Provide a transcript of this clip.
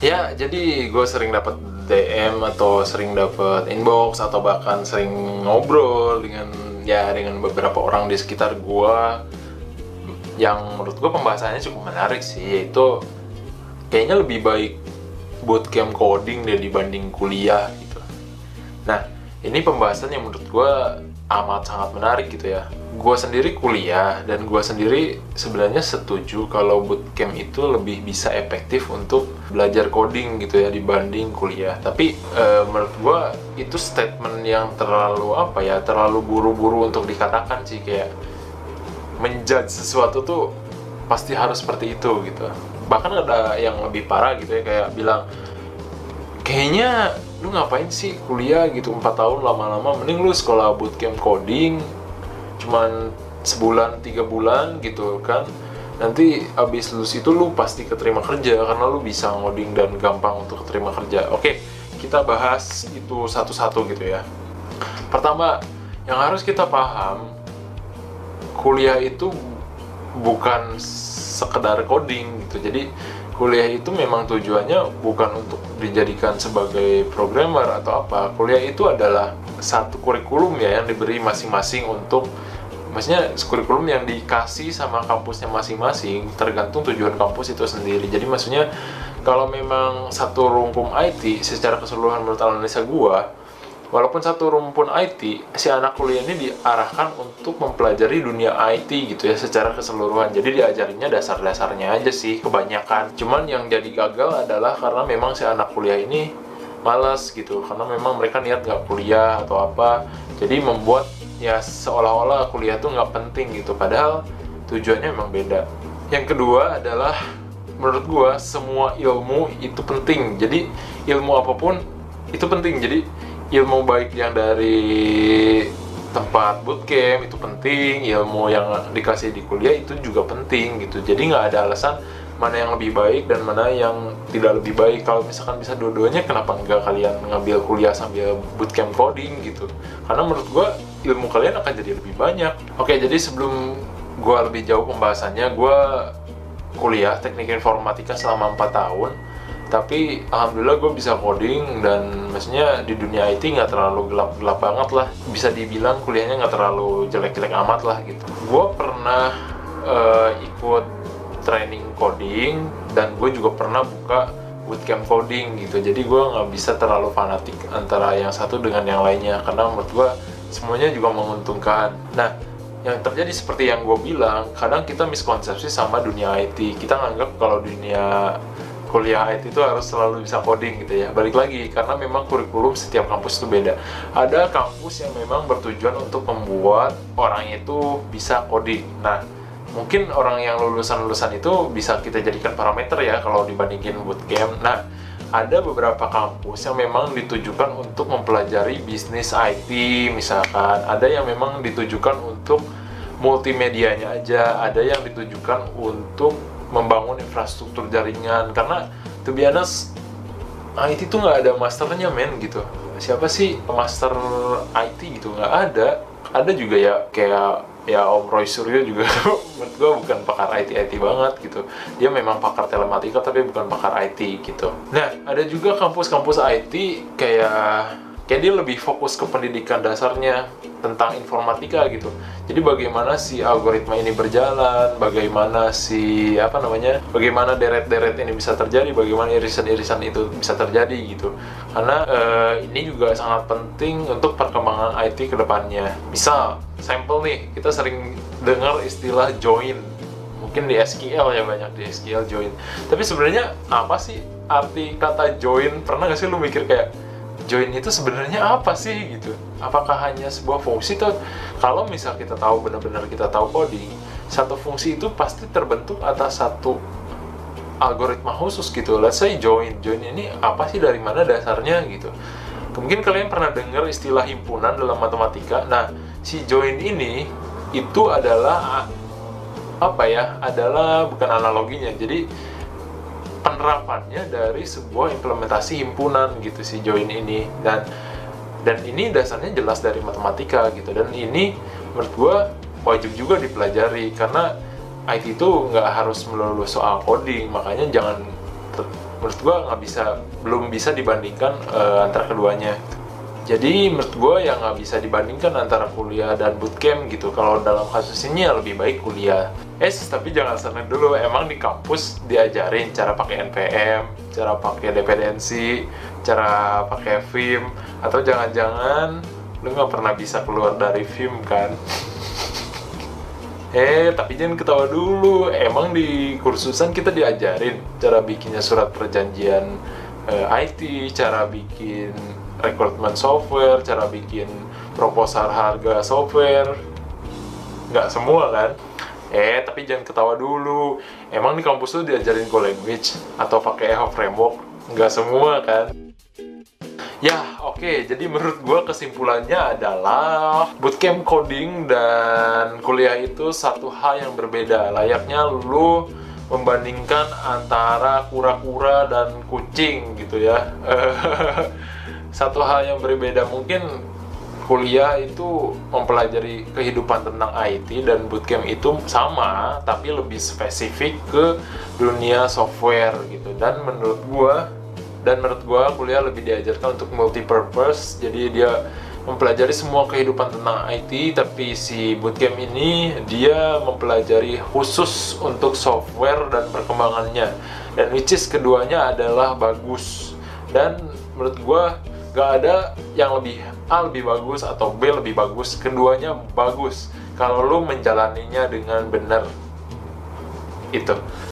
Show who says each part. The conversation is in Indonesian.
Speaker 1: Ya, jadi gue sering dapat DM atau sering dapat inbox atau bahkan sering ngobrol dengan beberapa orang di sekitar gue yang menurut gue pembahasannya cukup menarik sih, yaitu kayaknya lebih baik bootcamp coding deh dibanding kuliah gitu. Nah, ini pembahasan yang menurut gue amat sangat menarik gitu ya. Gue sendiri kuliah dan gue sendiri sebenarnya setuju kalau bootcamp itu lebih bisa efektif untuk belajar coding gitu ya dibanding kuliah. Tapi menurut gue itu statement yang terlalu buru-buru untuk dikatakan sih, kayak menjudge sesuatu tuh pasti harus seperti itu gitu. Bahkan ada yang lebih parah gitu ya, kayak bilang kayaknya lu ngapain sih kuliah gitu 4 tahun lama-lama, mending lu sekolah bootcamp coding cuman sebulan 3 bulan gitu kan, nanti abis lulus itu lu pasti keterima kerja karena lu bisa ngoding dan gampang untuk keterima kerja. Oke, kita bahas itu satu-satu gitu ya. Pertama, yang harus kita paham, kuliah itu bukan sekedar coding gitu. Jadi kuliah itu memang tujuannya bukan untuk dijadikan sebagai programmer atau apa. Kuliah itu adalah satu kurikulum ya yang diberi masing-masing untuk, maksudnya kurikulum yang dikasih sama kampusnya masing-masing, tergantung tujuan kampus itu sendiri. Jadi maksudnya kalau memang satu rumpun IT secara keseluruhan menurut analisa gua, walaupun satu rumpun IT, si anak kuliah ini diarahkan untuk mempelajari dunia IT gitu ya secara keseluruhan. Jadi diajarinnya dasar-dasarnya aja sih kebanyakan. Cuman yang jadi gagal adalah karena memang si anak kuliah ini malas gitu, karena memang mereka niat nggak kuliah atau apa. Jadi membuat ya seolah-olah kuliah tuh nggak penting gitu, padahal tujuannya memang beda. Yang kedua adalah menurut gua semua ilmu itu penting. Jadi ilmu apapun itu penting. Jadi ilmu baik yang dari tempat bootcamp itu penting, ilmu yang dikasih di kuliah itu juga penting gitu. Jadi nggak ada alasan mana yang lebih baik dan mana yang tidak lebih baik. Kalau misalkan bisa dua-duanya, kenapa nggak kalian ngambil kuliah sambil bootcamp coding gitu? Karena menurut gue ilmu kalian akan jadi lebih banyak. Oke, jadi sebelum gue lebih jauh pembahasannya, gue kuliah teknik informatika selama 4 tahun. Tapi alhamdulillah gue bisa coding, dan maksudnya di dunia IT nggak terlalu gelap-gelap banget lah. Bisa dibilang kuliahnya nggak terlalu jelek-jelek amat lah gitu. Gue pernah ikut training coding, dan gue juga pernah buka bootcamp coding gitu. Jadi gue nggak bisa terlalu fanatik antara yang satu dengan yang lainnya, karena menurut gue semuanya juga menguntungkan. Nah, yang terjadi seperti yang gue bilang, kadang kita miskonsepsi sama dunia IT. Kita nganggap kalau dunia kuliah IT itu harus selalu bisa coding gitu ya. Balik lagi, karena memang kurikulum setiap kampus itu beda. Ada kampus yang memang bertujuan untuk membuat orang itu bisa coding. Nah, mungkin orang yang lulusan-lulusan itu bisa kita jadikan parameter ya kalau dibandingin bootcamp. Nah, ada beberapa kampus yang memang ditujukan untuk mempelajari bisnis IT misalkan. Ada yang memang ditujukan untuk multimedianya aja. Ada yang ditujukan untuk membangun infrastruktur jaringan, karena to be honest IT tuh nggak ada masternya men gitu. Siapa sih master IT gitu? Nggak ada. Ada juga ya kayak ya Om Roy Suryo juga menurut gue bukan pakar IT banget gitu. Dia memang pakar telematika tapi bukan pakar IT gitu. Nah, ada juga kampus-kampus IT kayak dia lebih fokus ke pendidikan dasarnya tentang informatika gitu. Jadi bagaimana si algoritma ini berjalan, bagaimana bagaimana deret-deret ini bisa terjadi, bagaimana irisan-irisan itu bisa terjadi gitu. Karena ini juga sangat penting untuk perkembangan IT ke depannya. Misal, sampel nih, kita sering dengar istilah join. Mungkin di SQL ya, banyak di SQL join. Tapi sebenarnya apa sih arti kata join? Pernah nggak sih lu mikir kayak join itu sebenarnya apa sih gitu? Apakah hanya sebuah fungsi? Tuh kalau misal kita tahu, benar-benar kita tahu coding, satu fungsi itu pasti terbentuk atas satu algoritma khusus gitu. Let's say join ini apa sih, dari mana dasarnya gitu? Mungkin kalian pernah dengar istilah himpunan dalam matematika. Nah, si join ini itu adalah adalah bukan analoginya. Jadi penerapannya dari sebuah implementasi himpunan gitu si join ini, dan ini dasarnya jelas dari matematika gitu. Dan ini menurut gue wajib juga dipelajari, karena IT itu nggak harus melulu soal coding. Makanya menurut gue belum bisa dibandingkan antara keduanya. Jadi menurut gue yang nggak bisa dibandingkan antara kuliah dan bootcamp gitu. Kalau dalam kasus ini ya lebih baik kuliah. Tapi jangan seneng dulu. Emang di kampus diajarin cara pakai NPM, cara pakai dependensi, cara pakai Vim, atau jangan-jangan lu nggak pernah bisa keluar dari Vim kan? Tapi jangan ketawa dulu. Emang di kursusan kita diajarin cara bikinnya surat perjanjian IT, cara bikin rekrutmen software, cara bikin proposal harga software. Nggak semua kan? Tapi jangan ketawa dulu. Emang di kampus lu diajarin Go language atau pakai Eho framework? Nggak semua kan? Oke. Jadi menurut gue kesimpulannya adalah bootcamp coding dan kuliah itu satu hal yang berbeda. Layaknya lu membandingkan antara kura-kura dan kucing gitu ya. Satu hal yang berbeda. Mungkin kuliah itu mempelajari kehidupan tentang IT dan bootcamp itu sama tapi lebih spesifik ke dunia software gitu. Dan menurut gua kuliah lebih diajarkan untuk multi-purpose. Jadi dia mempelajari semua kehidupan tentang IT, tapi si bootcamp ini dia mempelajari khusus untuk software dan perkembangannya. Dan which is keduanya adalah bagus. Dan menurut gua gak ada yang A lebih bagus atau B lebih bagus. Keduanya bagus kalau lu menjalaninya dengan benar. Itu.